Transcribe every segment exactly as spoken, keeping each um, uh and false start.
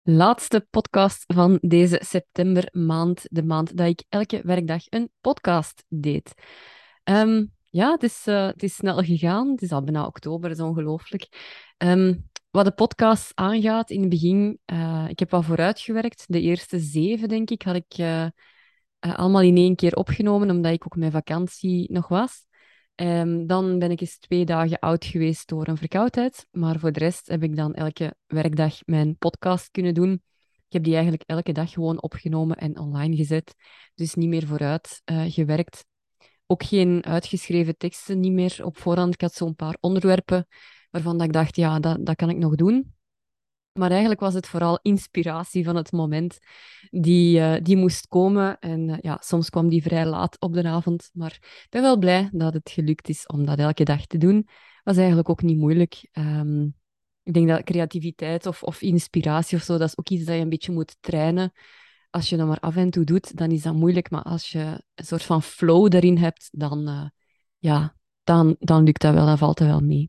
Laatste podcast van deze septembermaand, de maand dat ik elke werkdag een podcast deed. Ehm, ja, het is, eh, het is snel gegaan. Het is al bijna oktober, dat is ongelooflijk. Ehm, wat de podcast aangaat, in het begin, uh, ik heb wel vooruitgewerkt. De eerste zeven, denk ik, had ik uh, uh, allemaal in één keer opgenomen, omdat ik ook mijn vakantie nog was. Ehm, dan ben ik eens twee dagen oud geweest door een verkoudheid. Maar voor de rest heb ik dan elke werkdag mijn podcast kunnen doen. Ik heb die eigenlijk elke dag gewoon opgenomen en online gezet. Dus niet meer vooruit uh, gewerkt. Ook geen uitgeschreven teksten, niet meer op voorhand. Ik had zo'n paar onderwerpen waarvan dat ik dacht, ja, dat, dat kan ik nog doen. Maar eigenlijk was het vooral inspiratie van het moment die, uh, die moest komen. En uh, ja, soms kwam die vrij laat op de avond. Maar ik ben wel blij dat het gelukt is om dat elke dag te doen. Was eigenlijk ook niet moeilijk. Um, ik denk dat creativiteit of, of inspiratie of zo, dat is ook iets dat je een beetje moet trainen. Als je dat maar af en toe doet, dan is dat moeilijk. Maar als je een soort van flow daarin hebt, dan, uh, ja, dan, dan lukt dat wel, dan valt dat wel mee.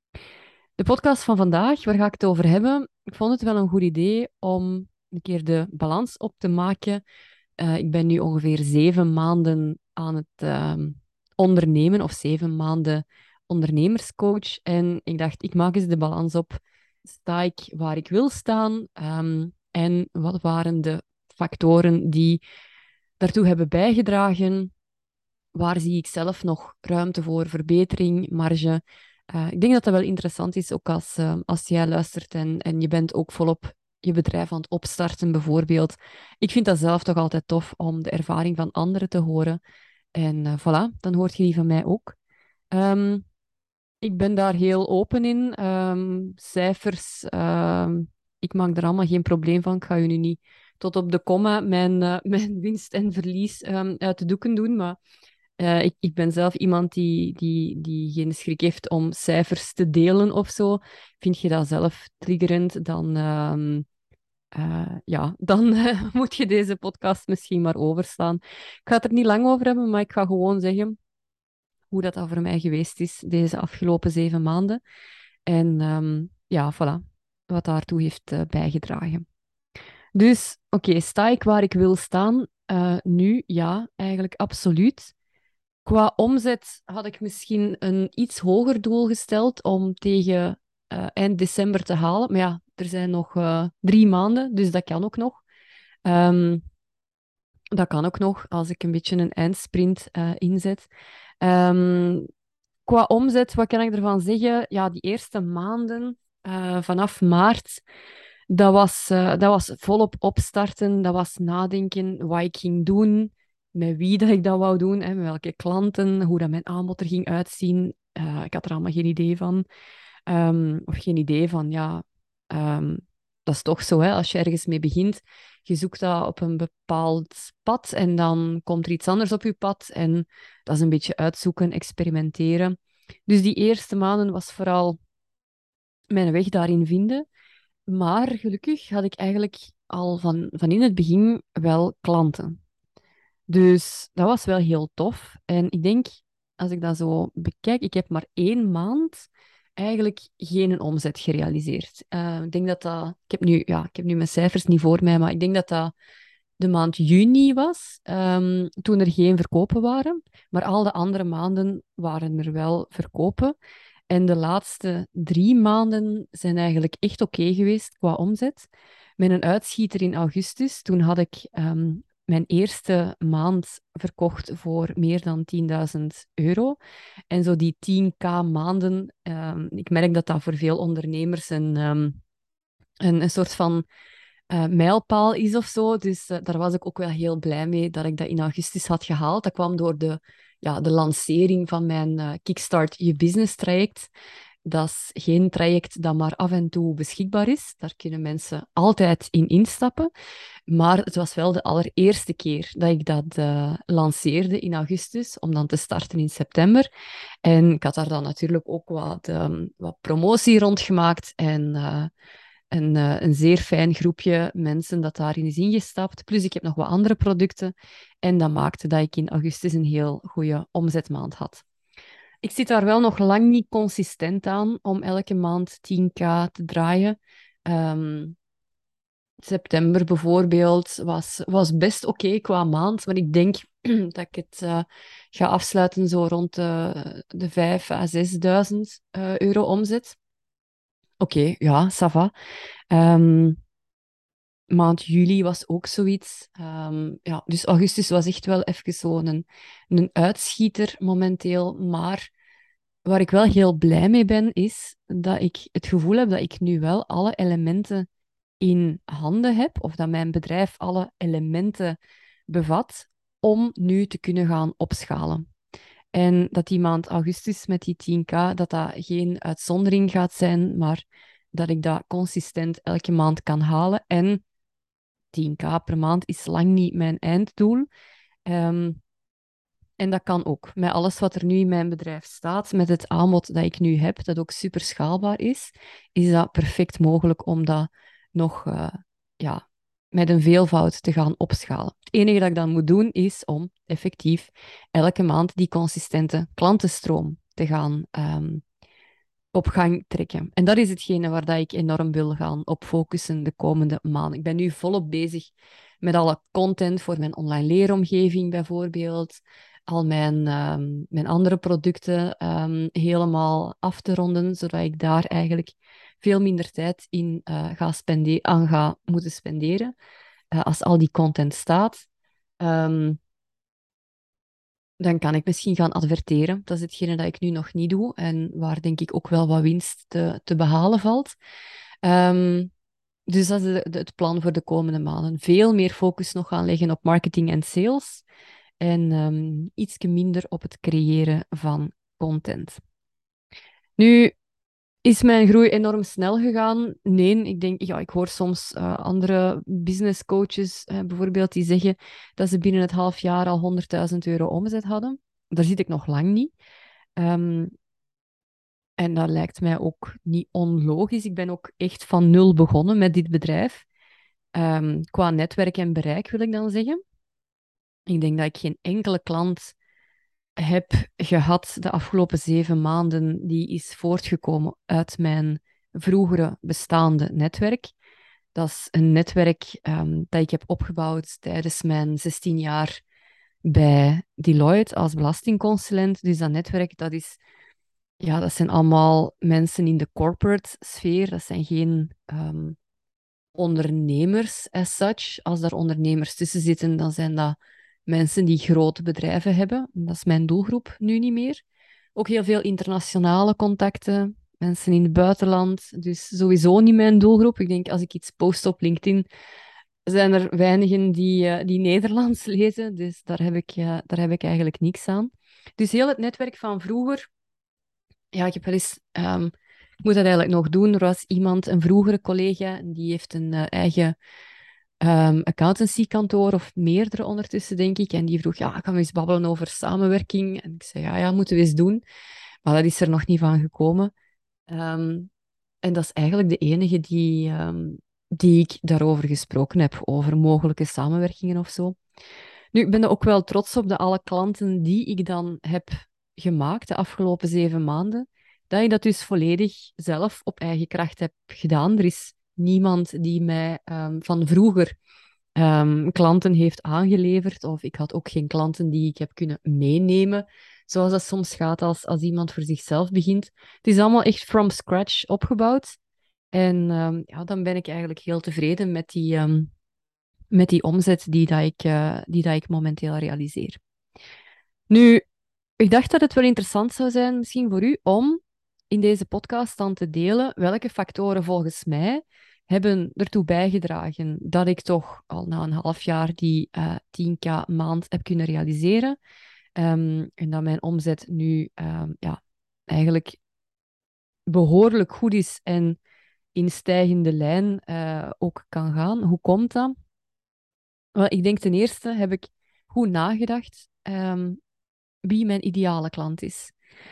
De podcast van vandaag, waar ga ik het over hebben? Ik vond het wel een goed idee om een keer de balans op te maken. Uh, ik ben nu ongeveer zeven maanden aan het uh, ondernemen, of zeven maanden ondernemerscoach. En ik dacht, ik maak eens de balans op. Sta ik waar ik wil staan? Um, en wat waren de factoren die daartoe hebben bijgedragen? Waar zie ik zelf nog ruimte voor verbetering, marge? Uh, ik denk dat dat wel interessant is, ook als, uh, als jij luistert en, en je bent ook volop je bedrijf aan het opstarten, bijvoorbeeld. Ik vind dat zelf toch altijd tof om de ervaring van anderen te horen. En uh, voilà, dan hoort je die van mij ook. Um, ik ben daar heel open in. Um, cijfers, um, ik maak er allemaal geen probleem van. Ik ga je nu niet tot op de komma mijn, uh, mijn winst en verlies um, uit de doeken doen, maar uh, ik, ik ben zelf iemand die, die, die geen schrik heeft om cijfers te delen of zo. Vind je dat zelf triggerend, dan, uh, uh, ja, dan uh, moet je deze podcast misschien maar overslaan. Ik ga het er niet lang over hebben, maar ik ga gewoon zeggen hoe dat, dat voor mij geweest is deze afgelopen zeven maanden. En um, ja, voilà, wat daartoe heeft uh, bijgedragen. Dus, oké, okay, sta ik waar ik wil staan? Uh, nu, ja, eigenlijk absoluut. Qua omzet had ik misschien een iets hoger doel gesteld om tegen uh, eind december te halen. Maar ja, er zijn nog uh, drie maanden, dus dat kan ook nog. Um, dat kan ook nog, als ik een beetje een eindsprint uh, inzet. Um, qua omzet, wat kan ik ervan zeggen? Ja, die eerste maanden, uh, vanaf maart, dat was, uh, dat was volop opstarten. Dat was nadenken wat ik ging doen, met wie dat ik dat wou doen, hè, met welke klanten, hoe dat mijn aanbod er ging uitzien. Uh, ik had er allemaal geen idee van. Um, of geen idee van, ja, um, dat is toch zo, hè, als je ergens mee begint, je zoekt dat op een bepaald pad en dan komt er iets anders op je pad en dat is een beetje uitzoeken, experimenteren. Dus die eerste maanden was vooral mijn weg daarin vinden. Maar gelukkig had ik eigenlijk al van, van in het begin wel klanten. Dus dat was wel heel tof. En ik denk, als ik dat zo bekijk, ik heb maar één maand eigenlijk geen omzet gerealiseerd. Uh, ik denk dat dat... Ik heb nu, ja, ik heb nu mijn cijfers niet voor mij, maar ik denk dat dat de maand juni was, um, toen er geen verkopen waren. Maar al de andere maanden waren er wel verkopen. En de laatste drie maanden zijn eigenlijk echt oké geweest qua omzet. Met een uitschieter in augustus, toen had ik um, mijn eerste maand verkocht voor meer dan tienduizend euro. En zo die tien k maanden, um, ik merk dat dat voor veel ondernemers een, um, een, een soort van uh, mijlpaal is of zo. Dus uh, daar was ik ook wel heel blij mee dat ik dat in augustus had gehaald. Dat kwam door de, ja, de lancering van mijn uh, Kickstart Je Business traject. Dat is geen traject dat maar af en toe beschikbaar is. Daar kunnen mensen altijd in instappen. Maar het was wel de allereerste keer dat ik dat uh, lanceerde in augustus, om dan te starten in september. En ik had daar dan natuurlijk ook wat, um, wat promotie rond gemaakt en uh, een, uh, een zeer fijn groepje mensen dat daarin is ingestapt. Plus ik heb nog wat andere producten. En dat maakte dat ik in augustus een heel goede omzetmaand had. Ik zit daar wel nog lang niet consistent aan om elke maand tien k te draaien. Um, September bijvoorbeeld was, was best oké qua maand, maar ik denk dat ik het eh, ga afsluiten zo rond de, de vijf à zesduizend eh, euro omzet. Oké, ja, ça va. Ehm, maand juli was ook zoiets. Ehm, ja, dus augustus was echt wel even zo'n een uitschieter momenteel. Maar waar ik wel heel blij mee ben, is dat ik het gevoel heb dat ik nu wel alle elementen in handen heb, of dat mijn bedrijf alle elementen bevat, om nu te kunnen gaan opschalen. En dat die maand augustus met die tien k, dat dat geen uitzondering gaat zijn, maar dat ik dat consistent elke maand kan halen. En tien k per maand is lang niet mijn einddoel. Ehm, en dat kan ook. Met alles wat er nu in mijn bedrijf staat, met het aanbod dat ik nu heb, dat ook super schaalbaar is, is dat perfect mogelijk om dat nog eh, ja, met een veelvoud te gaan opschalen. Het enige dat ik dan moet doen, is om effectief elke maand die consistente klantenstroom te gaan ehm, op gang trekken. En dat is hetgene waar dat ik enorm wil gaan op focussen de komende maanden. Ik ben nu volop bezig met alle content voor mijn online leeromgeving bijvoorbeeld, al mijn, ehm, mijn andere producten ehm, helemaal af te ronden, zodat ik daar eigenlijk veel minder tijd in eh, ga spende- aan ga moeten spenderen eh, als al die content staat. Ehm, dan kan ik misschien gaan adverteren. Dat is hetgene dat ik nu nog niet doe en waar denk ik ook wel wat winst te, te behalen valt. Ehm, dus dat is de- de- het plan voor de komende maanden. Veel meer focus nog gaan leggen op marketing en sales en um, iets minder op het creëren van content. Nu, is mijn groei enorm snel gegaan? Nee, ik denk, ja, ik hoor soms eh, andere business coaches eh, bijvoorbeeld die zeggen dat ze binnen het half jaar al honderdduizend euro omzet hadden. Daar zit ik nog lang niet. Ehm, en dat lijkt mij ook niet onlogisch. Ik ben ook echt van nul begonnen met dit bedrijf. Ehm, qua netwerk en bereik wil ik dan zeggen. Ik denk dat ik geen enkele klant heb gehad de afgelopen zeven maanden die is voortgekomen uit mijn vroegere bestaande netwerk. Dat is een netwerk ehm, dat ik heb opgebouwd tijdens mijn zestien jaar bij Deloitte als belastingconsulent. Dus dat netwerk, dat is, ja, dat zijn allemaal mensen in de corporate sfeer. Dat zijn geen ehm, ondernemers as such. Als daar ondernemers tussen zitten, dan zijn dat mensen die grote bedrijven hebben. Dat is mijn doelgroep nu niet meer. Ook heel veel internationale contacten, mensen in het buitenland. Dus sowieso niet mijn doelgroep. Ik denk, als ik iets post op LinkedIn, zijn er weinigen die, eh, die Nederlands lezen. Dus daar heb ik, eh, daar heb ik eigenlijk niks aan. Dus heel het netwerk van vroeger, ja, ik heb wel eens... ehm, ik moet dat eigenlijk nog doen. Er was iemand, een vroegere collega, die heeft een eh, eigen um, accountancykantoor, of meerdere ondertussen, denk ik. En die vroeg, ja, gaan we eens babbelen over samenwerking? En ik zei, ja, ja, moeten we eens doen. Maar dat is er nog niet van gekomen. Ehm, en dat is eigenlijk de enige die, ehm, die ik daarover gesproken heb, over mogelijke samenwerkingen of zo. Nu, ik ben er ook wel trots op dat alle klanten die ik dan heb gemaakt de afgelopen zeven maanden, dat ik dat dus volledig zelf op eigen kracht heb gedaan. Er is niemand die mij ehm, van vroeger ehm, klanten heeft aangeleverd, of ik had ook geen klanten die ik heb kunnen meenemen, zoals dat soms gaat als, als iemand voor zichzelf begint. Het is allemaal echt from scratch opgebouwd. En ehm, ja, dan ben ik eigenlijk heel tevreden met die, ehm, met die omzet die, dat ik, eh, die dat ik momenteel realiseer. Nu, ik dacht dat het wel interessant zou zijn, misschien voor u, om in deze podcast dan te delen welke factoren volgens mij hebben ertoe bijgedragen dat ik toch al na een half jaar die eh tien k maand heb kunnen realiseren. Ehm, en dat mijn omzet nu ehm, ja, eigenlijk behoorlijk goed is en in stijgende lijn eh, ook kan gaan. Hoe komt dat? Wel, ik denk ten eerste heb ik goed nagedacht ehm, wie mijn ideale klant is.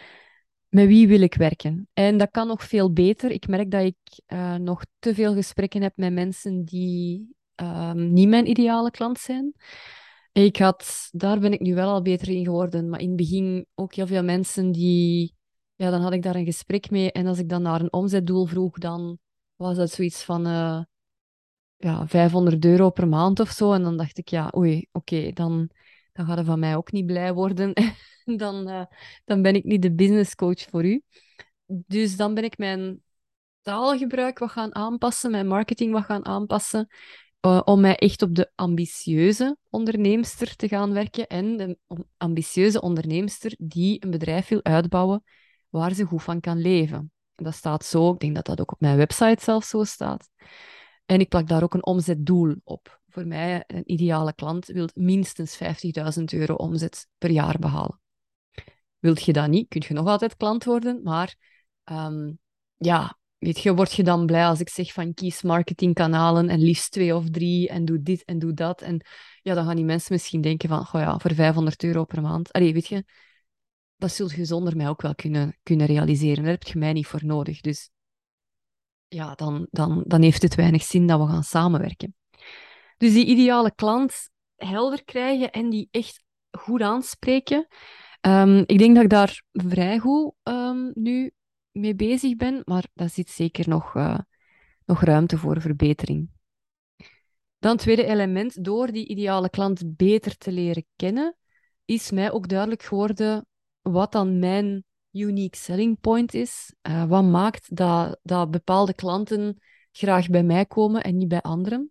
Met wie wil ik werken? En dat kan nog veel beter. Ik merk dat ik eh, nog te veel gesprekken heb met mensen die ehm, niet mijn ideale klant zijn. Ik had, daar ben ik nu wel al beter in geworden, maar in het begin ook heel veel mensen die, ja, dan had ik daar een gesprek mee en als ik dan naar een omzetdoel vroeg, dan was dat zoiets van, eh, ja, vijfhonderd euro per maand of zo. En dan dacht ik, ja, oei, oké, dan, dan gaat het van mij ook niet blij worden. dan, eh, dan ben ik niet de business coach voor u. Dus dan ben ik mijn taalgebruik wat gaan aanpassen, mijn marketing wat gaan aanpassen, eh, om mij echt op de ambitieuze onderneemster te gaan werken en de om- ambitieuze onderneemster die een bedrijf wil uitbouwen waar ze goed van kan leven. En dat staat zo, ik denk dat dat ook op mijn website zelfs zo staat. En ik plak daar ook een omzetdoel op. Voor mij, een ideale klant wil minstens vijftigduizend euro omzet per jaar behalen. Wilt je dat niet, kun je nog altijd klant worden, maar ehm, ja, weet je, word je dan blij als ik zeg van kies marketingkanalen en liefst twee of drie en doe dit en doe dat. En ja, dan gaan die mensen misschien denken van, goh ja, voor vijfhonderd euro per maand. Allee, weet je, dat zul je zonder mij ook wel kunnen, kunnen realiseren. Daar heb je mij niet voor nodig. Dus ja, dan, dan, dan heeft het weinig zin dat we gaan samenwerken. Dus die ideale klant helder krijgen en die echt goed aanspreken. Ehm, ik denk dat ik daar vrij goed ehm, nu mee bezig ben, maar daar zit zeker nog, eh, nog ruimte voor verbetering. Dan het tweede element, door die ideale klant beter te leren kennen, is mij ook duidelijk geworden wat dan mijn unique selling point is. Eh, wat maakt dat, dat bepaalde klanten graag bij mij komen en niet bij anderen.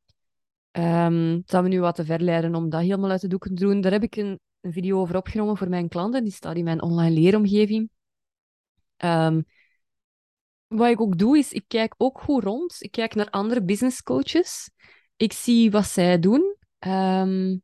Um, het zou me nu wat te ver leiden om dat helemaal uit de doeken te doen. Daar heb ik een, een video over opgenomen voor mijn klanten. Die staat in mijn online leeromgeving. Um, wat ik ook doe, is ik kijk ook goed rond. Ik kijk naar andere business coaches. Ik zie wat zij doen. Um,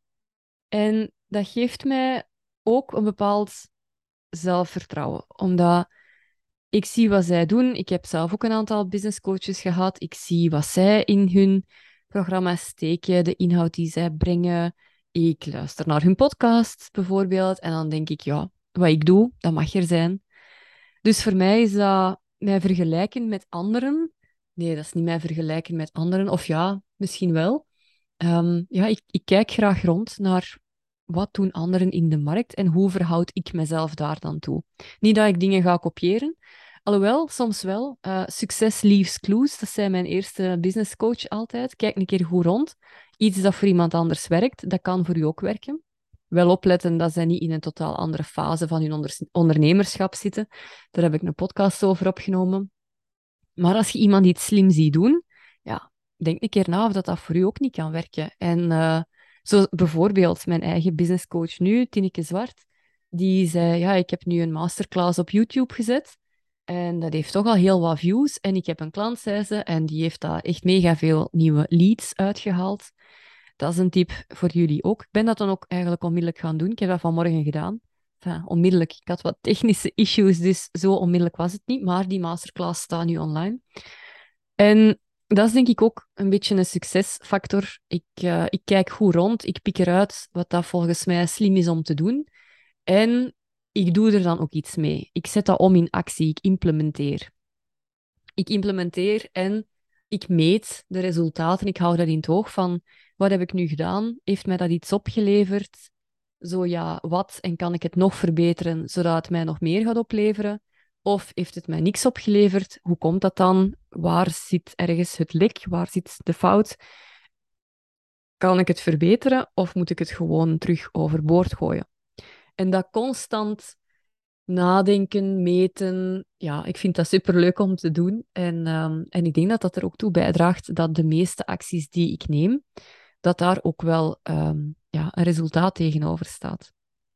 en dat geeft mij ook een bepaald zelfvertrouwen. Omdat ik zie wat zij doen. Ik heb zelf ook een aantal business coaches gehad. Ik zie wat zij in hun programma's steken, de inhoud die zij brengen. Ik luister naar hun podcast bijvoorbeeld. En dan denk ik, ja, wat ik doe, dat mag er zijn. Dus voor mij is dat mij vergelijken met anderen. Nee, dat is niet mij vergelijken met anderen. Of ja, misschien wel. Um, ja, ik, ik kijk graag rond naar wat doen anderen in de markt en hoe verhoud ik mezelf daar dan toe. Niet dat ik dingen ga kopiëren, alhoewel, soms wel. Uh, success leaves clues, dat zei mijn eerste business coach altijd. Kijk een keer goed rond. Iets dat voor iemand anders werkt, dat kan voor u ook werken. Wel opletten dat zij niet in een totaal andere fase van hun onder ondernemerschap zitten. Daar heb ik een podcast over opgenomen. Maar als je iemand iets slim ziet doen, ja, denk een keer na of dat, dat voor u ook niet kan werken. En uh, zo bijvoorbeeld mijn eigen businesscoach nu, Tineke Zwart, die zei, ja, ik heb nu een masterclass op YouTube gezet en dat heeft toch al heel wat views. En ik heb een klant, zei ze, en die heeft daar echt mega veel nieuwe leads uitgehaald. Dat is een tip voor jullie ook. Ik ben dat dan ook eigenlijk onmiddellijk gaan doen. Ik heb dat vanmorgen gedaan. Enfin, onmiddellijk. Ik had wat technische issues, dus zo onmiddellijk was het niet. Maar die masterclass staat nu online. En dat is denk ik ook een beetje een succesfactor. Ik, uh, ik kijk goed rond. Ik pik eruit wat dat volgens mij slim is om te doen. En ik doe er dan ook iets mee. Ik zet dat om in actie. Ik implementeer. Ik implementeer en ik meet de resultaten. Ik hou dat in het oog van, wat heb ik nu gedaan? Heeft mij dat iets opgeleverd? Zo ja, wat? En kan ik het nog verbeteren, zodat het mij nog meer gaat opleveren? Of heeft het mij niks opgeleverd? Hoe komt dat dan? Waar zit ergens het lek? Waar zit de fout? Kan ik het verbeteren of moet ik het gewoon terug overboord gooien? En dat constant nadenken, meten, ja, ik vind dat superleuk om te doen. En, um, en ik denk dat dat er ook toe bijdraagt dat de meeste acties die ik neem, dat daar ook wel um, ja, een resultaat tegenover staat.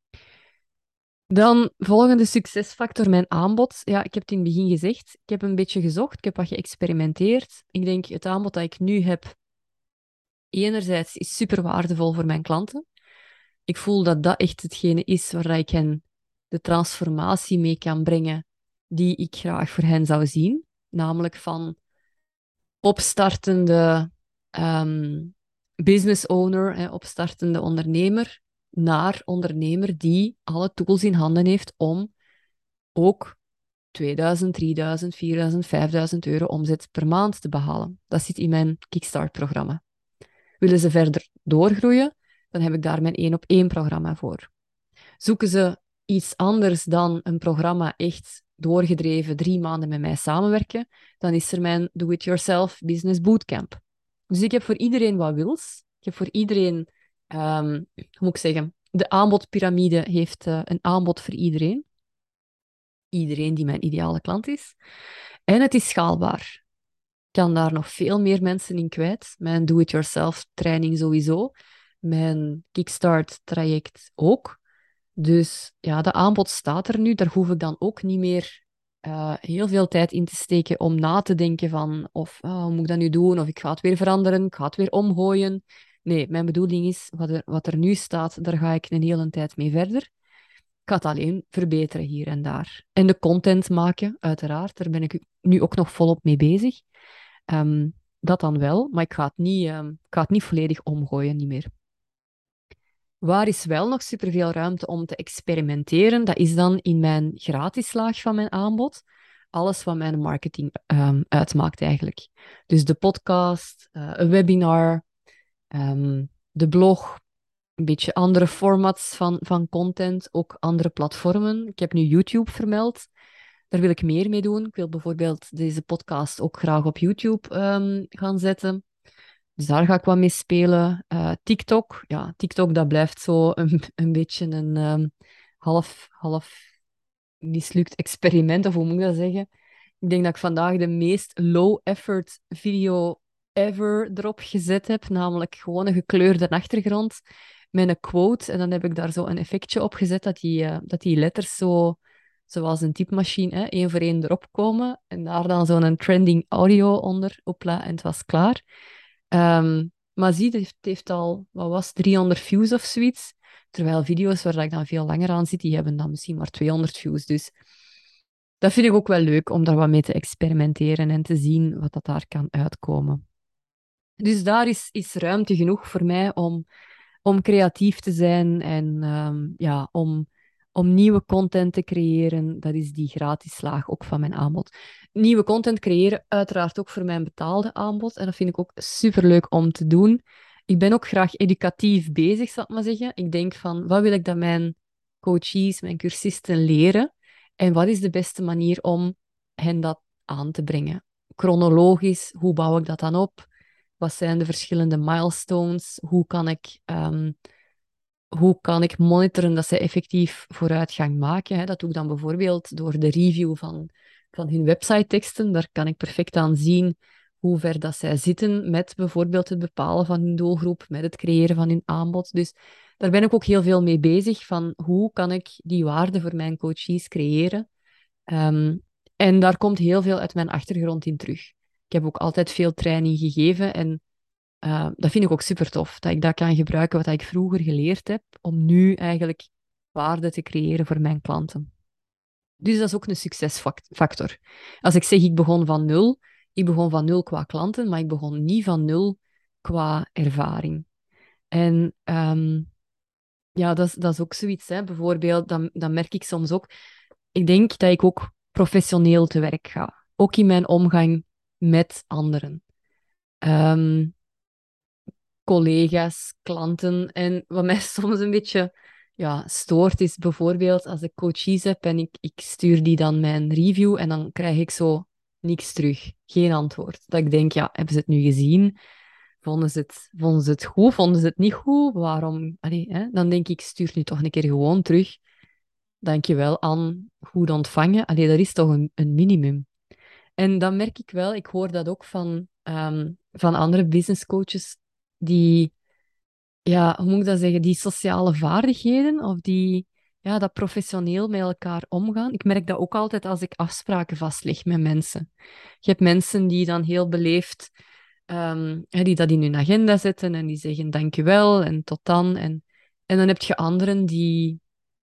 Dan volgende succesfactor, mijn aanbod. Ja, ik heb het in het begin gezegd. Ik heb een beetje gezocht, ik heb wat geëxperimenteerd. Ik denk, het aanbod dat ik nu heb, enerzijds is super waardevol voor mijn klanten. Ik voel dat dat echt hetgene is waar ik hen de transformatie mee kan brengen die ik graag voor hen zou zien. Namelijk van opstartende um, business owner, hè, opstartende ondernemer, naar ondernemer die alle tools in handen heeft om ook tweeduizend, drieduizend, vierduizend, vijfduizend euro omzet per maand te behalen. Dat zit in mijn Kickstart-programma. Willen ze verder doorgroeien, dan heb ik daar mijn één op één programma voor. Zoeken ze iets anders dan een programma echt doorgedreven drie maanden met mij samenwerken, dan is er mijn Do-It-Yourself Business Bootcamp. Dus ik heb voor iedereen wat wils. Ik heb voor iedereen, ehm, hoe moet ik zeggen, de aanbodpyramide heeft eh, een aanbod voor iedereen. Iedereen die mijn ideale klant is. En het is schaalbaar. Ik kan daar nog veel meer mensen in kwijt. Mijn do-it-yourself training sowieso. Mijn Kickstart traject ook. Dus ja, de aanbod staat er nu. Daar hoef ik dan ook niet meer eh, heel veel tijd in te steken om na te denken van of ah, hoe moet ik dat nu doen? Of ik ga het weer veranderen, ik ga het weer omgooien. Nee, mijn bedoeling is, wat er, wat er nu staat, daar ga ik een hele tijd mee verder. Ik ga het alleen verbeteren hier en daar. En de content maken, uiteraard. Daar ben ik nu ook nog volop mee bezig. Ehm, dat dan wel, maar ik ga het niet, ehm, ik ga het niet volledig omgooien, niet meer. Waar is wel nog superveel ruimte om te experimenteren? Dat is dan in mijn gratis laag van mijn aanbod. Alles wat mijn marketing ehm, uitmaakt eigenlijk. Dus de podcast, eh, een webinar, ehm, de blog, een beetje andere formats van, van content, ook andere platformen. Ik heb nu YouTube vermeld. Daar wil ik meer mee doen. Ik wil bijvoorbeeld deze podcast ook graag op YouTube ehm, gaan zetten. Dus daar ga ik wat mee spelen. Eh, TikTok, ja, TikTok dat blijft zo een, een beetje een ehm, half, half mislukt experiment, of hoe moet ik dat zeggen? Ik denk dat ik vandaag de meest low-effort video ever erop gezet heb, namelijk gewoon een gekleurde achtergrond met een quote. En dan heb ik daar zo een effectje op gezet dat die, eh, dat die letters zo, zoals een typemachine, hè, één voor één erop komen. En daar dan zo'n trending audio onder, opla, en het was klaar. Ehm, maar zie, het heeft, het heeft al, wat was het, driehonderd views of zoiets. Terwijl video's waar ik dan veel langer aan zit, die hebben dan misschien maar tweehonderd views. Dus dat vind ik ook wel leuk om daar wat mee te experimenteren en te zien wat dat daar kan uitkomen. Dus daar is, is ruimte genoeg voor mij om, om creatief te zijn en ehm, ja, om, om nieuwe content te creëren. Dat is die gratis laag ook van mijn aanbod. Nieuwe content creëren, uiteraard ook voor mijn betaalde aanbod. En dat vind ik ook superleuk om te doen. Ik ben ook graag educatief bezig, zal ik maar zeggen. Ik denk van, wat wil ik dat mijn coaches, mijn cursisten leren? En wat is de beste manier om hen dat aan te brengen? Chronologisch, hoe bouw ik dat dan op? Wat zijn de verschillende milestones? Hoe kan ik, ehm, hoe kan ik monitoren dat zij effectief vooruitgang maken? Hè? Dat doe ik dan bijvoorbeeld door de review van, van hun website-teksten. Daar kan ik perfect aan zien hoe ver dat zij zitten met bijvoorbeeld het bepalen van hun doelgroep, met het creëren van hun aanbod. Dus daar ben ik ook heel veel mee bezig, van hoe kan ik die waarde voor mijn coaches creëren. Ehm, en daar komt heel veel uit mijn achtergrond in terug. Ik heb ook altijd veel training gegeven en uh, dat vind ik ook super tof, dat ik dat kan gebruiken wat ik vroeger geleerd heb, om nu eigenlijk waarde te creëren voor mijn klanten. Dus dat is ook een succesfactor. Als ik zeg, ik begon van nul, ik begon van nul qua klanten, maar ik begon niet van nul qua ervaring. En um, ja, dat is, dat is ook zoiets, hè. Bijvoorbeeld, dan, dan merk ik soms ook, ik denk dat ik ook professioneel te werk ga. Ook in mijn omgang met anderen. Um, collega's, klanten. En wat mij soms een beetje ja, stoort, is bijvoorbeeld als ik coaches heb en ik, ik stuur die dan mijn review en dan krijg ik zo niks terug. Geen antwoord. Dat ik denk, ja, hebben ze het nu gezien? Vonden ze het, vonden ze het goed? Vonden ze het niet goed? Waarom? Allee, hè? Dan denk ik, stuur nu toch een keer gewoon terug. Dankjewel aan goed ontvangen. Allee, dat is toch een, een minimum. En dan merk ik wel, ik hoor dat ook van, ehm, van andere business coaches, die, ja, hoe moet ik dat zeggen, die sociale vaardigheden of die, ja, dat professioneel met elkaar omgaan. Ik merk dat ook altijd als ik afspraken vastleg met mensen. Je hebt mensen die dan heel beleefd, ehm, hè, die dat in hun agenda zetten en die zeggen dankjewel en tot dan. En, en dan heb je anderen die,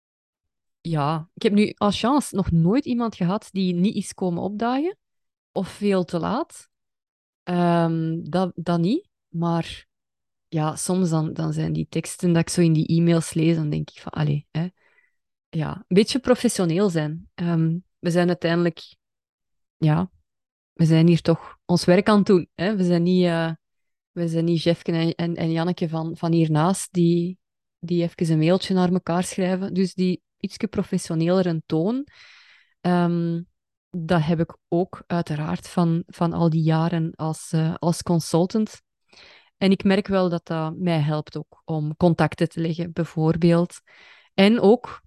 ja, ik heb nu als chance nog nooit iemand gehad die niet is komen opdagen of veel te laat. Ehm, dat, dat niet, maar ja, soms dan, dan zijn die teksten dat ik zo in die e-mails lees, dan denk ik van, allee, hè, ja, een beetje professioneel zijn. Ehm, we zijn uiteindelijk, ja, we zijn hier toch ons werk aan het doen. Hè? We zijn niet, eh, we zijn niet Jefke en, en, en Janneke van, van hiernaast die, die even een mailtje naar elkaar schrijven. Dus die ietsje professionelere toon, ehm, dat heb ik ook uiteraard van, van al die jaren als, eh, als consultant. En ik merk wel dat dat mij helpt ook om contacten te leggen, bijvoorbeeld. En ook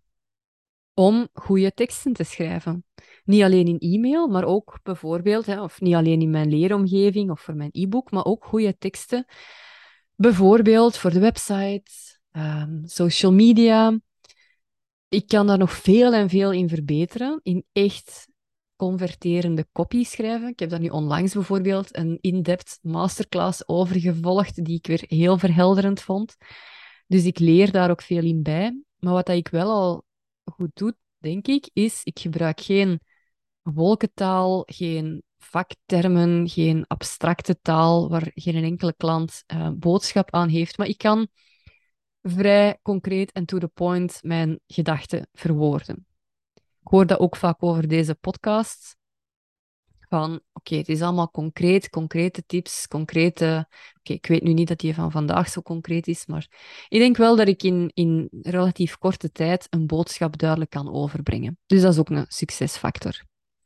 om goede teksten te schrijven. Niet alleen in e-mail, maar ook bijvoorbeeld, hè, of niet alleen in mijn leeromgeving of voor mijn e-book, maar ook goede teksten. Bijvoorbeeld voor de website, ehm, social media. Ik kan daar nog veel en veel in verbeteren, in echt converterende copy schrijven. Ik heb daar nu onlangs bijvoorbeeld een in-depth masterclass over gevolgd, die ik weer heel verhelderend vond. Dus ik leer daar ook veel in bij. Maar wat dat ik wel al goed doe, denk ik, is ik gebruik geen wolkentaal, geen vaktermen, geen abstracte taal waar geen enkele klant uh, boodschap aan heeft. Maar ik kan vrij concreet en to the point mijn gedachten verwoorden. Ik hoor dat ook vaak over deze podcast. Van, oké, okay, het is allemaal concreet, concrete tips, concrete... Oké, okay, ik weet nu niet dat die van vandaag zo concreet is, maar ik denk wel dat ik in, in relatief korte tijd een boodschap duidelijk kan overbrengen. Dus dat is ook een succesfactor.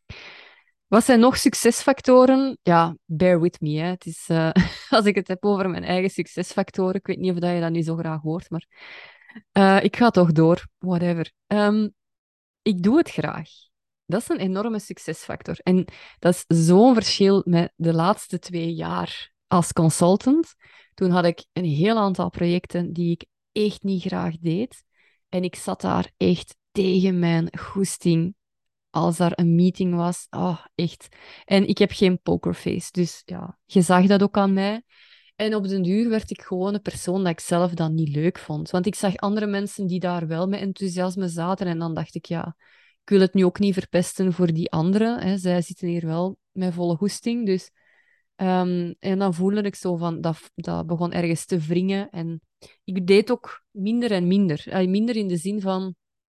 Wat zijn nog succesfactoren? Ja, bear with me. Hè. Het is, uh, als ik het heb over mijn eigen succesfactoren, ik weet niet of dat je dat nu zo graag hoort, maar uh, ik ga toch door, whatever. Um, ik doe het graag. Dat is een enorme succesfactor. En dat is zo'n verschil met de laatste twee jaar als consultant. Toen had ik een heel aantal projecten die ik echt niet graag deed. En ik zat daar echt tegen mijn goesting als er een meeting was. Oh, echt. En ik heb geen pokerface. Dus ja, je zag dat ook aan mij. En op den duur werd ik gewoon een persoon dat ik zelf dan niet leuk vond. Want ik zag andere mensen die daar wel met enthousiasme zaten. En dan dacht ik, ja, ik wil het nu ook niet verpesten voor die anderen. Hè. Zij zitten hier wel met volle goesting. Dus, um, en dan voelde ik zo van, dat, dat begon ergens te wringen. En ik deed ook minder en minder. Uh, minder in de zin van...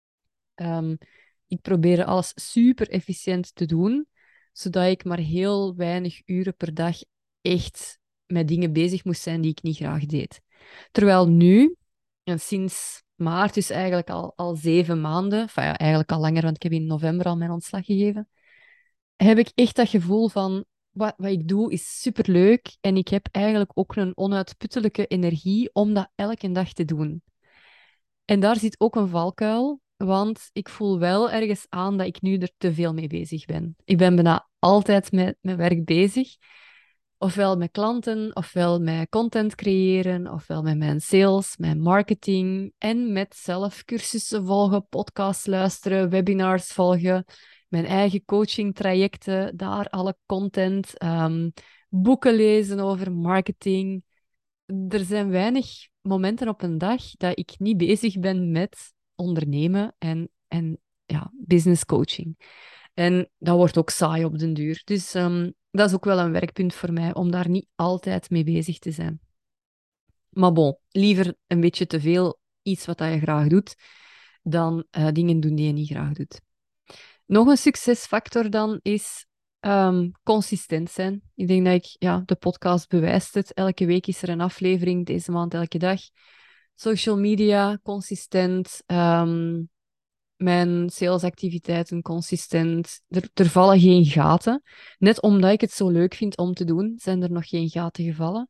Um, ik probeerde alles super efficiënt te doen, zodat ik maar heel weinig uren per dag echt met dingen bezig moest zijn die ik niet graag deed. Terwijl nu, en sinds maart, dus eigenlijk al, al zeven maanden, enfin ja, eigenlijk al langer, want ik heb in november al mijn ontslag gegeven, heb ik echt dat gevoel van, wat, wat ik doe is superleuk en ik heb eigenlijk ook een onuitputtelijke energie om dat elke dag te doen. En daar zit ook een valkuil, want ik voel wel ergens aan dat ik nu er te veel mee bezig ben. Ik ben bijna altijd met mijn werk bezig. Ofwel met klanten, ofwel met content creëren, ofwel met mijn sales, mijn marketing en met zelf cursussen volgen, podcasts luisteren, webinars volgen, mijn eigen coaching trajecten, daar alle content, um, boeken lezen over marketing. Er zijn weinig momenten op een dag dat ik niet bezig ben met ondernemen en, en ja, business coaching. En dat wordt ook saai op den duur. Dus um, dat is ook wel een werkpunt voor mij, om daar niet altijd mee bezig te zijn. Maar bon, liever een beetje te veel iets wat je graag doet, dan uh, dingen doen die je niet graag doet. Nog een succesfactor dan is um, consistent zijn. Ik denk dat ik, ja, de podcast bewijst het. Elke week is er een aflevering, deze maand elke dag. Social media, consistent. Um, mijn salesactiviteiten, consistent. Er, er vallen geen gaten. Net omdat ik het zo leuk vind om te doen, zijn er nog geen gaten gevallen.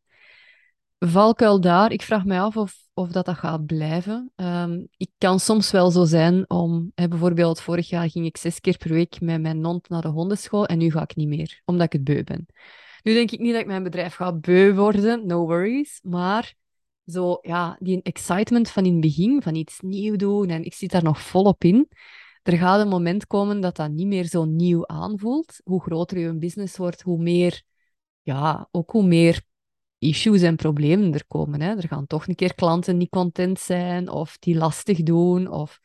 Valkuil daar, ik vraag me af of, of dat, dat gaat blijven. Um, ik kan soms wel zo zijn om... Hè, bijvoorbeeld, vorig jaar ging ik zes keer per week met mijn hond naar de hondenschool en nu ga ik niet meer, omdat ik het beu ben. Nu denk ik niet dat ik mijn bedrijf ga beu worden, no worries, maar zo, ja, die excitement van in het begin, van iets nieuw doen, en ik zit daar nog volop in. Er gaat een moment komen dat dat niet meer zo nieuw aanvoelt. Hoe groter je business wordt, hoe meer... Ja, ook hoe meer issues en problemen er komen. Hè. Er gaan toch een keer klanten niet content zijn of die lastig doen. Of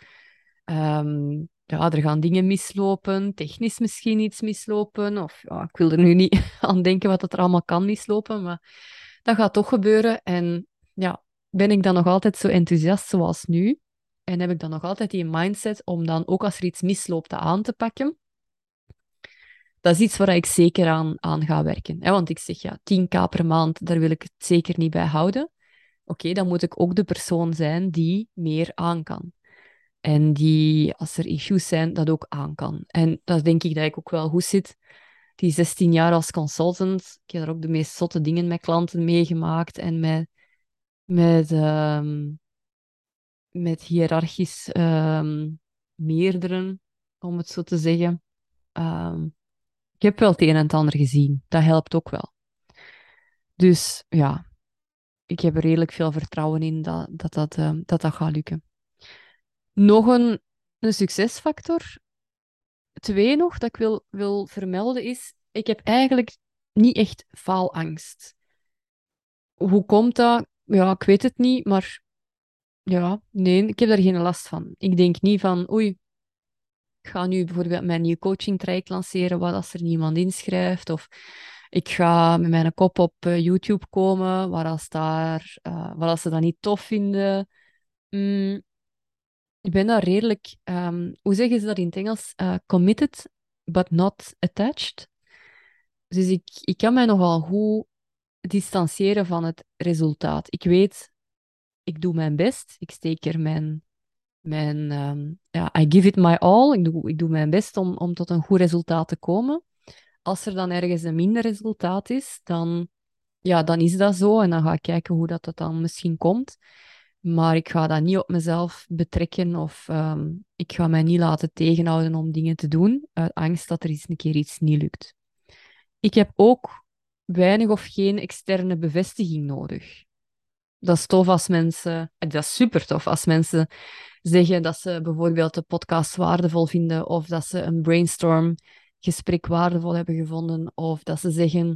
um, ja, er gaan dingen mislopen, technisch misschien iets mislopen. Of ja, ik wil er nu niet aan denken wat er allemaal kan mislopen, maar dat gaat toch gebeuren. En ja, ben ik dan nog altijd zo enthousiast zoals nu? En heb ik dan nog altijd die mindset om dan ook als er iets misloopt dat aan te pakken? Dat is iets waar ik zeker aan, aan ga werken. Hè? Want ik zeg, ja, tien k per maand, daar wil ik het zeker niet bij houden. Oké, okay, dan moet ik ook de persoon zijn die meer aan kan. En die, als er issues zijn, dat ook aan kan. En dat denk ik dat ik ook wel goed zit. Het die zestien jaar als consultant. Ik heb daar ook de meest zotte dingen met klanten meegemaakt en met, met, ehm, met hiërarchisch ehm, meerderen, om het zo te zeggen. Ehm, ik heb wel het een en het ander gezien. Dat helpt ook wel. Dus ja, ik heb er redelijk veel vertrouwen in dat dat, dat, ehm, dat, dat gaat lukken. Nog een, een succesfactor, twee nog, dat ik wil, wil vermelden is, ik heb eigenlijk niet echt faalangst. Hoe komt dat? Ja, ik weet het niet, maar ja, nee, ik heb daar geen last van. Ik denk niet van, oei, ik ga nu bijvoorbeeld mijn nieuwe coaching traject lanceren, wat als er niemand inschrijft, of ik ga met mijn kop op eh, YouTube komen, waar als daar, eh, wat als ze dat niet tof vinden. Mm, ik ben daar redelijk, ehm, hoe zeggen ze dat in het Engels? Eh, committed, but not attached. Dus ik, ik kan mij nogal goed distancieren van het resultaat. Ik weet, ik doe mijn best. Ik steek er mijn, mijn ehm, ja, I give it my all. Ik doe, ik doe mijn best om, om tot een goed resultaat te komen. Als er dan ergens een minder resultaat is, dan, ja, dan is dat zo. En dan ga ik kijken hoe dat, dat dan misschien komt. Maar ik ga dat niet op mezelf betrekken of ehm, ik ga mij niet laten tegenhouden om dingen te doen, uit angst dat er eens een keer iets niet lukt. Ik heb ook weinig of geen externe bevestiging nodig. Dat is tof als mensen, eh, dat is super tof als mensen zeggen dat ze bijvoorbeeld de podcast waardevol vinden of dat ze een brainstorm gesprek waardevol hebben gevonden of dat ze zeggen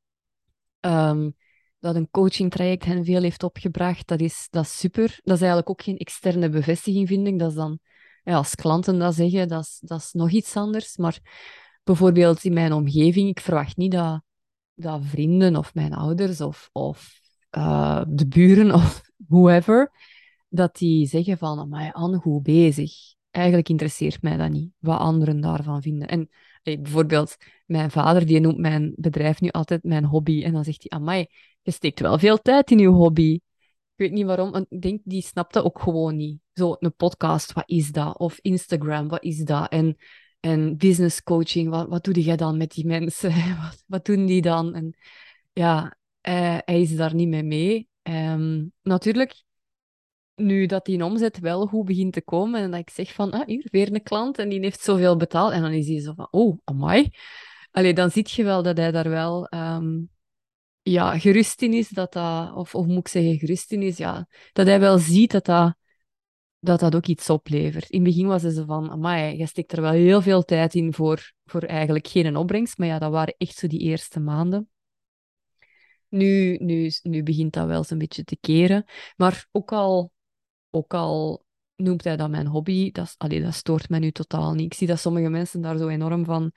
ehm, dat een coaching traject hen veel heeft opgebracht. Dat is, dat is super. Dat is eigenlijk ook geen externe bevestiging, vind ik. Dat is dan, ja, als klanten dat zeggen, dat is, dat is nog iets anders. Maar bijvoorbeeld in mijn omgeving, ik verwacht niet dat dat vrienden of mijn ouders of, of eh, de buren of whoever, dat die zeggen van, amai, Anne, goed bezig. Eigenlijk interesseert mij dat niet, wat anderen daarvan vinden. En hey, bijvoorbeeld, mijn vader, die noemt mijn bedrijf nu altijd mijn hobby. En dan zegt hij, amai, je steekt wel veel tijd in je hobby. Ik weet niet waarom, want ik denk, die snapt dat ook gewoon niet. Zo, een podcast, wat is dat? Of Instagram, wat is dat? En, en business coaching, wat, wat doe jij dan met die mensen? Wat, wat doen die dan? En ja, hij, hij is daar niet mee mee. Ehm, natuurlijk, nu dat die omzet wel goed begint te komen en dat ik zeg van, ah, hier, weer een klant en die heeft zoveel betaald. En dan is hij zo van, oh, amai. Allee, dan zie je wel dat hij daar wel ehm, ja, gerust in is, dat dat, of, of moet ik zeggen, gerust in is, ja, dat hij wel ziet dat dat, dat, dat ook iets oplevert. In het begin was hij zo van, amai, je steekt er wel heel veel tijd in voor, voor eigenlijk geen opbrengst, maar ja, dat waren echt zo die eerste maanden. Nu, nu, nu begint dat wel zo'n beetje te keren, maar ook al, ook al noemt hij dat mijn hobby, dat, is- allee, dat stoort mij nu totaal niet. Ik zie dat sommige mensen daar zo enorm van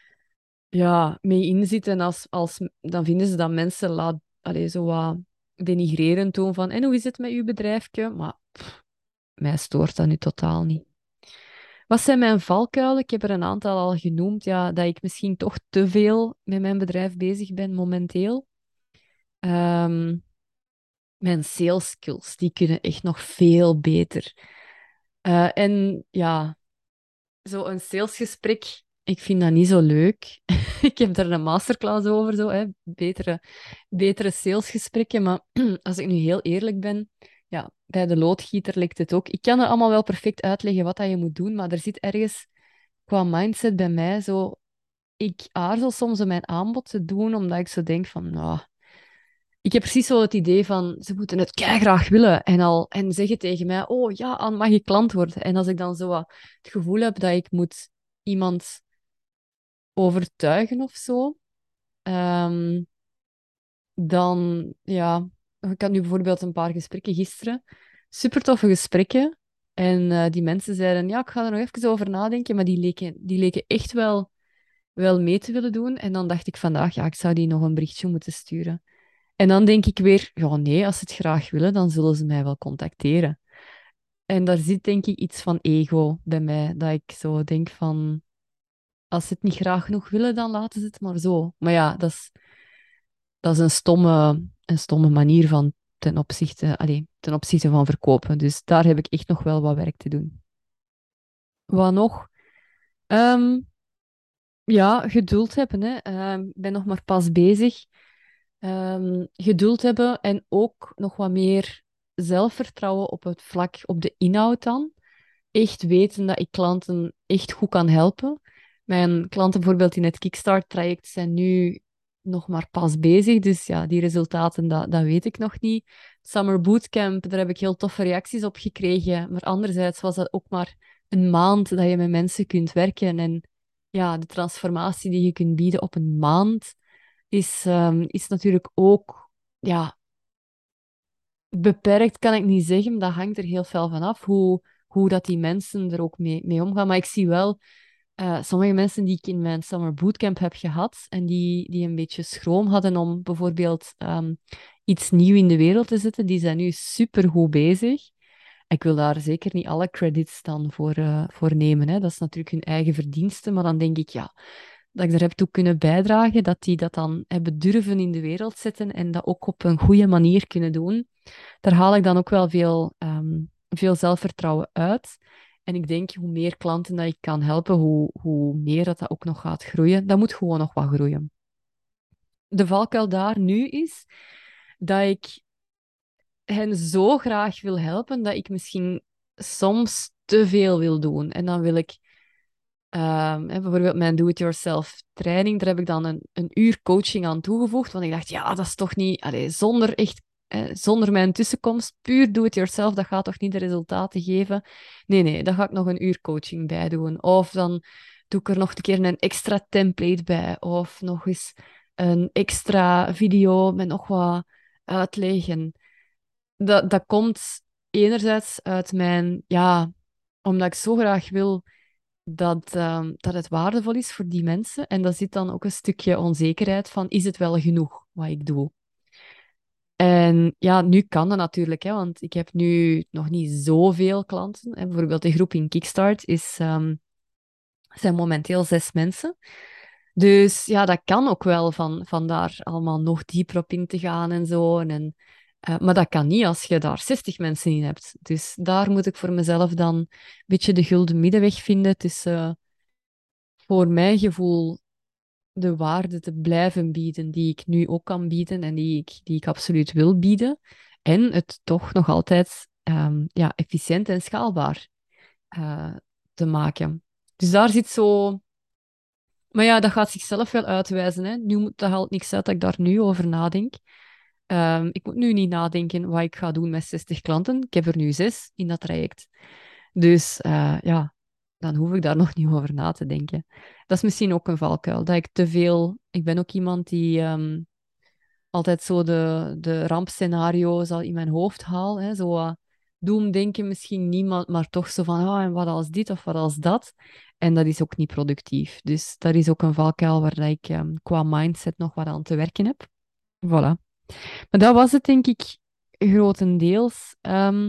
ja, mee inzitten. Als, als, dan vinden ze dat mensen laat, allee, zo wat denigrerend doen van en hoe is het met uw bedrijfje? Maar pff, mij stoort dat nu totaal niet. Wat zijn mijn valkuilen? Ik heb er een aantal al genoemd. Ja, dat ik misschien toch te veel met mijn bedrijf bezig ben momenteel. Ehm, mijn sales skills, die kunnen echt nog veel beter. Eh, en ja, zo'n salesgesprek, ik vind dat niet zo leuk. Ik heb daar een masterclass over, zo, hè. Betere, betere salesgesprekken. Maar als ik nu heel eerlijk ben, ja, bij de loodgieter lijkt het ook. Ik kan er allemaal wel perfect uitleggen wat dat je moet doen, maar er zit ergens qua mindset bij mij zo... Ik aarzel soms om mijn aanbod te doen, omdat ik zo denk van, nou... Ik heb precies zo het idee van, ze moeten het graag willen en, al, en zeggen tegen mij, oh ja, Anne, mag je klant worden? En als ik dan zo wat het gevoel heb dat ik moet iemand overtuigen of zo, ehm, dan, ja, ik had nu bijvoorbeeld een paar gesprekken gisteren, super toffe gesprekken. En eh, die mensen zeiden, ja, ik ga er nog even over nadenken, maar die leken, die leken echt wel, wel mee te willen doen. En dan dacht ik vandaag, ja, ik zou die nog een berichtje moeten sturen. En dan denk ik weer, ja nee, als ze het graag willen, dan zullen ze mij wel contacteren. En daar zit denk ik iets van ego bij mij, dat ik zo denk van, als ze het niet graag genoeg willen, dan laten ze het maar zo. Maar ja, dat is, dat is een stomme, een stomme manier van ten opzichte, allee, ten opzichte van verkopen. Dus daar heb ik echt nog wel wat werk te doen. Wat nog? Ehm, Ja, geduld hebben. Hè. Ehm, ik ben nog maar pas bezig. Ehm, geduld hebben en ook nog wat meer zelfvertrouwen op het vlak, op de inhoud dan. Echt weten dat ik klanten echt goed kan helpen. Mijn klanten bijvoorbeeld in het Kickstart-traject zijn nu nog maar pas bezig, dus ja, die resultaten, dat, dat weet ik nog niet. Summer Bootcamp, daar heb ik heel toffe reacties op gekregen, maar anderzijds was dat ook maar een maand dat je met mensen kunt werken en ja, de transformatie die je kunt bieden op een maand is, ehm, is natuurlijk ook ja, beperkt, kan ik niet zeggen. Dat hangt er heel veel van af, hoe, hoe dat die mensen er ook mee, mee omgaan. Maar ik zie wel eh, sommige mensen die ik in mijn Summer Bootcamp heb gehad en die, die een beetje schroom hadden om bijvoorbeeld ehm, iets nieuw in de wereld te zetten, die zijn nu supergoed bezig. Ik wil daar zeker niet alle credits dan voor, eh, voor nemen. Hè. Dat is natuurlijk hun eigen verdienste, maar dan denk ik ja, dat ik er heb toe kunnen bijdragen, dat die dat dan hebben durven in de wereld zetten en dat ook op een goede manier kunnen doen. Daar haal ik dan ook wel veel, ehm, veel zelfvertrouwen uit. En ik denk, hoe meer klanten dat ik kan helpen, hoe, hoe meer dat, dat ook nog gaat groeien. Dat moet gewoon nog wat groeien. De valkuil daar nu is dat ik hen zo graag wil helpen dat ik misschien soms te veel wil doen. En dan wil ik Ehm, hè, bijvoorbeeld mijn do-it-yourself training, daar heb ik dan een, een uur coaching aan toegevoegd, want ik dacht, ja, dat is toch niet, allee, zonder echt, eh, zonder mijn tussenkomst, puur do-it-yourself, dat gaat toch niet de resultaten geven? Nee, nee, daar ga ik nog een uur coaching bij doen. Of dan doe ik er nog een keer een extra template bij, of nog eens een extra video met nog wat uitleg. En dat, dat komt enerzijds uit mijn, ja, omdat ik zo graag wil dat, ehm, dat het waardevol is voor die mensen. En daar zit dan ook een stukje onzekerheid van, is het wel genoeg wat ik doe? En ja, nu kan dat natuurlijk, hè, want ik heb nu nog niet zoveel klanten. Hè. Bijvoorbeeld de groep in Kickstart is, ehm, zijn momenteel zes mensen. Dus ja, dat kan ook wel van, van daar allemaal nog dieper op in te gaan en zo. En, eh, maar dat kan niet als je daar zestig mensen in hebt. Dus daar moet ik voor mezelf dan een beetje de gulden middenweg vinden tussen voor mijn gevoel de waarde te blijven bieden die ik nu ook kan bieden en die ik, die ik absoluut wil bieden. En het toch nog altijd ehm, ja, efficiënt en schaalbaar eh, te maken. Dus daar zit zo... Maar ja, dat gaat zichzelf wel uitwijzen. Hè. Nu moet, dat haalt niks uit dat ik daar nu over nadenk. Ehm, ik moet nu niet nadenken wat ik ga doen met zestig klanten. Ik heb er nu zes in dat traject. Dus eh, ja, dan hoef ik daar nog niet over na te denken. Dat is misschien ook een valkuil, dat ik te veel... Ik ben ook iemand die ehm, altijd zo de, de rampscenario's al in mijn hoofd haal. Hè, zo wat doemdenken misschien niemand, maar toch zo van, ah, en wat als dit of wat als dat. En dat is ook niet productief. Dus dat is ook een valkuil waar dat ik ehm, qua mindset nog wat aan te werken heb. Voilà. Maar dat was het, denk ik, grotendeels. Ehm,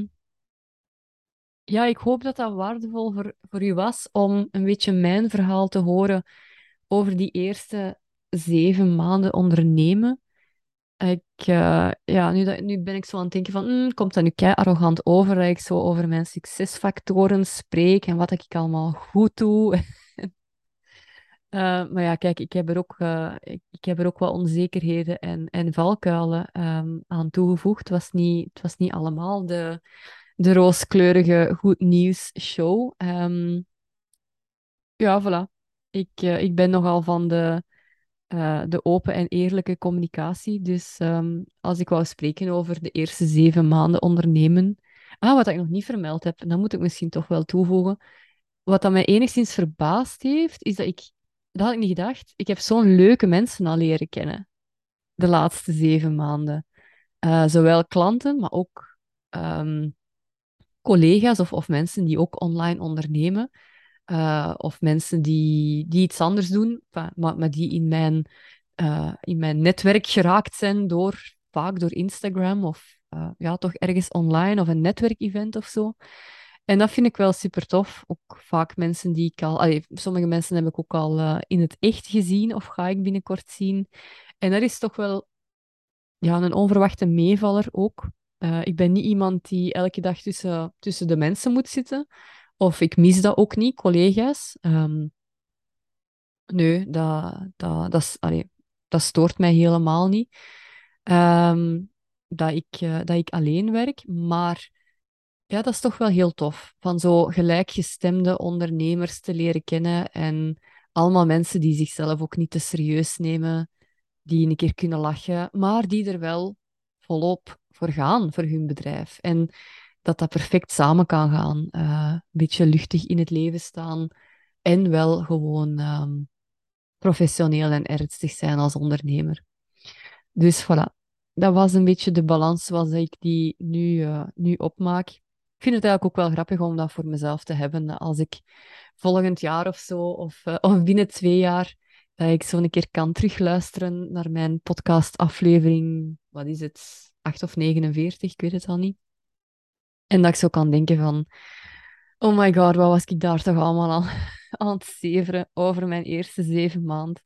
ja, ik hoop dat dat waardevol voor, voor u was om een beetje mijn verhaal te horen over die eerste zeven maanden ondernemen. Ik, eh, ja, nu, dat, nu ben ik zo aan het denken van, hmm, komt dat nu kei arrogant over dat ik zo over mijn succesfactoren spreek en wat ik allemaal goed doe. Eh, maar ja, kijk, ik heb er ook, eh, ik, ik heb er ook wat onzekerheden en, en valkuilen ehm, aan toegevoegd. Het was niet, het was niet allemaal de, de rooskleurige goed nieuws show. Ehm, ja, voilà. Ik, eh, ik ben nogal van de, eh, de open en eerlijke communicatie. Dus ehm, als ik wou spreken over de eerste zeven maanden ondernemen. Ah, wat ik nog niet vermeld heb, en dat moet ik misschien toch wel toevoegen. Wat dat mij enigszins verbaasd heeft, is dat ik, dat had ik niet gedacht, ik heb zo'n leuke mensen al leren kennen de laatste zeven maanden. Eh, zowel klanten, maar ook ehm, collega's of, of mensen die ook online ondernemen. Eh, of mensen die, die iets anders doen, enfin, maar, maar die in mijn, eh, in mijn netwerk geraakt zijn door, vaak door Instagram of eh, ja, toch ergens online of een netwerkevent of zo. En dat vind ik wel super tof. Ook vaak mensen die ik al... allee, sommige mensen heb ik ook al eh, in het echt gezien of ga ik binnenkort zien. En dat is toch wel ja, een onverwachte meevaller ook. Eh, ik ben niet iemand die elke dag tussen, tussen de mensen moet zitten. Of ik mis dat ook niet, collega's. Ehm, Nee, dat, dat, dat, is- allee, dat stoort mij helemaal niet. Ehm, dat ik, eh, dat ik alleen werk. Maar ja, dat is toch wel heel tof. Van zo gelijkgestemde ondernemers te leren kennen. En allemaal mensen die zichzelf ook niet te serieus nemen. Die een keer kunnen lachen, maar die er wel volop voor gaan, voor hun bedrijf. En dat dat perfect samen kan gaan. Eh, een beetje luchtig in het leven staan. En wel gewoon ehm, professioneel en ernstig zijn als ondernemer. Dus voilà, dat was een beetje de balans zoals ik die nu, eh, nu opmaak. Ik vind het eigenlijk ook wel grappig om dat voor mezelf te hebben. Dat als ik volgend jaar of zo, of, eh, of binnen twee jaar, dat ik zo een keer kan terugluisteren naar mijn podcastaflevering, wat is het, acht of negenenveertig, ik weet het al niet. En dat ik zo kan denken van, oh my god, wat was ik daar toch allemaal aan, aan het zeveren over mijn eerste zeven maanden.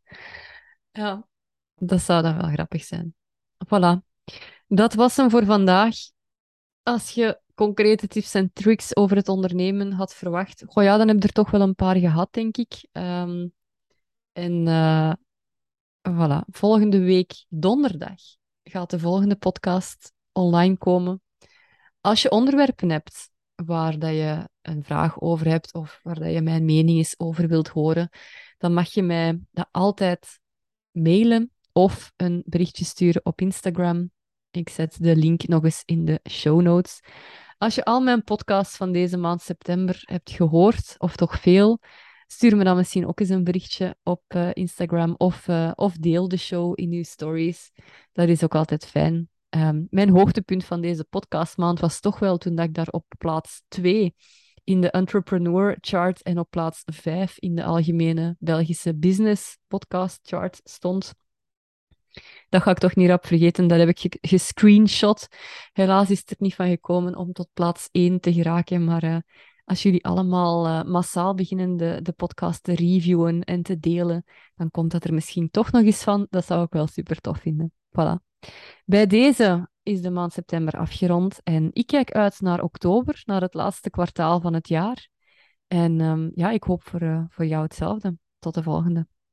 Ja, dat zou dan wel grappig zijn. Voilà. Dat was hem voor vandaag. Als je concrete tips en tricks over het ondernemen had verwacht, goh ja, dan heb je er toch wel een paar gehad, denk ik. Ehm, en eh, voilà, volgende week donderdag gaat de volgende podcast online komen. Als je onderwerpen hebt waar dat je een vraag over hebt of waar dat je mijn mening eens over wilt horen, dan mag je mij dat altijd mailen of een berichtje sturen op Instagram. Ik zet de link nog eens in de show notes. Als je al mijn podcasts van deze maand september hebt gehoord, of toch veel, stuur me dan misschien ook eens een berichtje op eh, Instagram of, eh, of deel de show in uw stories. Dat is ook altijd fijn. Ehm, mijn hoogtepunt van deze podcastmaand was toch wel toen dat ik daar op plaats twee in de Entrepreneur Chart en op plaats vijf in de algemene Belgische Business Podcast Chart stond. Dat ga ik toch niet rap vergeten. Dat heb ik ge- gescreenshot. Helaas is het er niet van gekomen om tot plaats één te geraken. Maar eh, als jullie allemaal eh, massaal beginnen de, de podcast te reviewen en te delen, dan komt dat er misschien toch nog eens van. Dat zou ik wel super tof vinden. Voilà. Bij deze is de maand september afgerond en ik kijk uit naar oktober, naar het laatste kwartaal van het jaar. En ehm, ja, ik hoop voor, eh, voor jou hetzelfde. Tot de volgende.